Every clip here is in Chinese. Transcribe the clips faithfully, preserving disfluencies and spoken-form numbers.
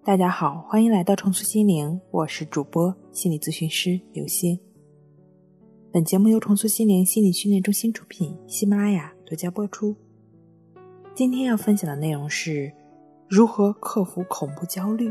大家好，欢迎来到重塑心灵，我是主播心理咨询师刘星。本节目由重塑心灵心理训练中心出品，喜马拉雅独家播出。今天要分享的内容是如何克服恐怖焦虑。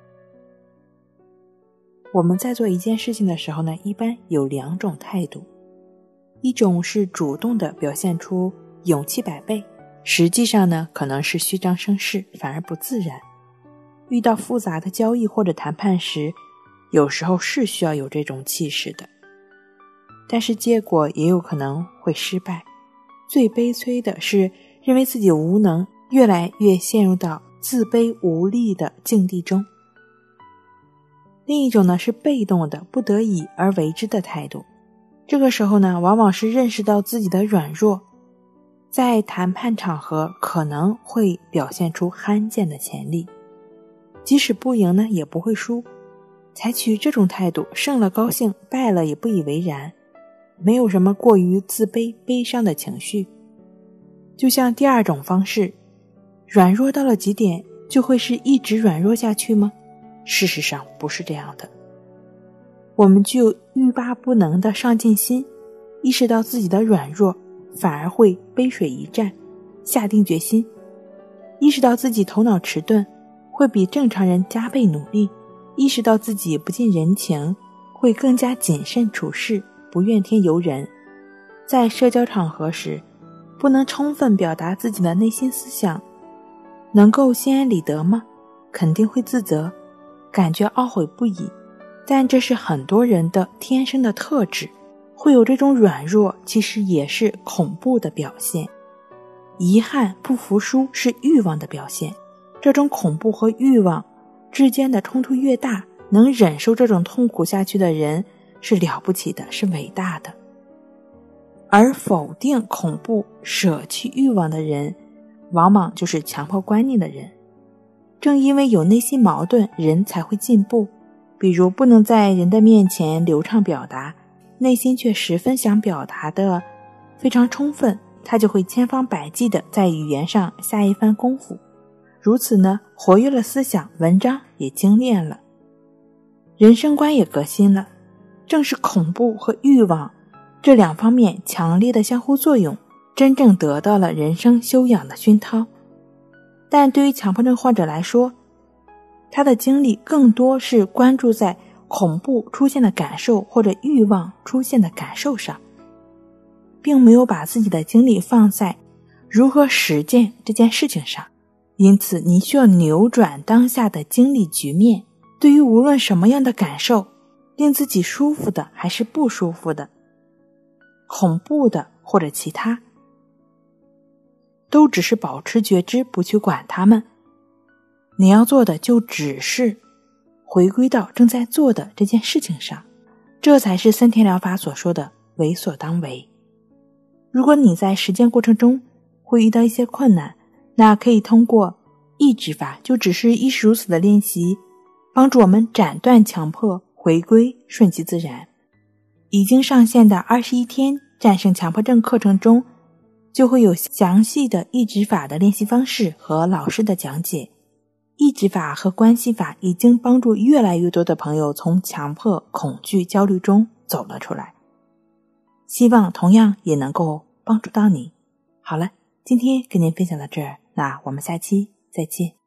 我们在做一件事情的时候呢，一般有两种态度，一种是主动的表现出勇气百倍，实际上呢可能是虚张声势，反而不自然。遇到复杂的交易或者谈判时，有时候是需要有这种气势的，但是结果也有可能会失败。最悲催的是认为自己无能，越来越陷入到自卑无力的境地中。另一种呢是被动的不得已而为之的态度，这个时候呢往往是认识到自己的软弱，在谈判场合可能会表现出罕见的潜力，即使不赢呢也不会输。采取这种态度，胜了高兴，败了也不以为然，没有什么过于自卑悲伤的情绪。就像第二种方式，软弱到了极点就会是一直软弱下去吗？事实上不是这样的。我们具有欲罢不能的上进心，意识到自己的软弱，反而会背水一战，下定决心。意识到自己头脑迟钝，会比正常人加倍努力。意识到自己不近人情，会更加谨慎处事，不怨天尤人。在社交场合时，不能充分表达自己的内心思想，能够心安理得吗？肯定会自责，感觉懊悔不已。但这是很多人的天生的特质，会有这种软弱，其实也是恐怖的表现。遗憾、不服输是欲望的表现，这种恐怖和欲望之间的冲突越大，能忍受这种痛苦下去的人是了不起的，是伟大的。而否定恐怖、舍弃欲望的人，往往就是强迫观念的人。正因为有内心矛盾，人才会进步。比如不能在人的面前流畅表达，内心却十分想表达的非常充分，他就会千方百计地在语言上下一番功夫。如此呢，活跃了思想，文章也精炼了，人生观也革新了。正是恐怖和欲望这两方面强烈的相互作用，真正得到了人生修养的熏陶。但对于强迫症患者来说，他的精力更多是关注在恐怖出现的感受或者欲望出现的感受上，并没有把自己的精力放在如何实践这件事情上。因此你需要扭转当下的精力局面，对于无论什么样的感受，令自己舒服的还是不舒服的，恐怖的或者其他，都只是保持觉知，不去管它们。你要做的就只是回归到正在做的这件事情上，这才是森田疗法所说的为所当为。如果你在实践过程中会遇到一些困难，那可以通过抑制法，就只是亦是如此的练习，帮助我们斩断强迫，回归顺其自然。已经上线的二十一天战胜强迫症课程中，就会有详细的抑制法的练习方式和老师的讲解。抑制法和关系法已经帮助越来越多的朋友从强迫、恐惧、焦虑中走了出来，希望同样也能够帮助到你。好了，今天跟您分享到这儿，那我们下期再见。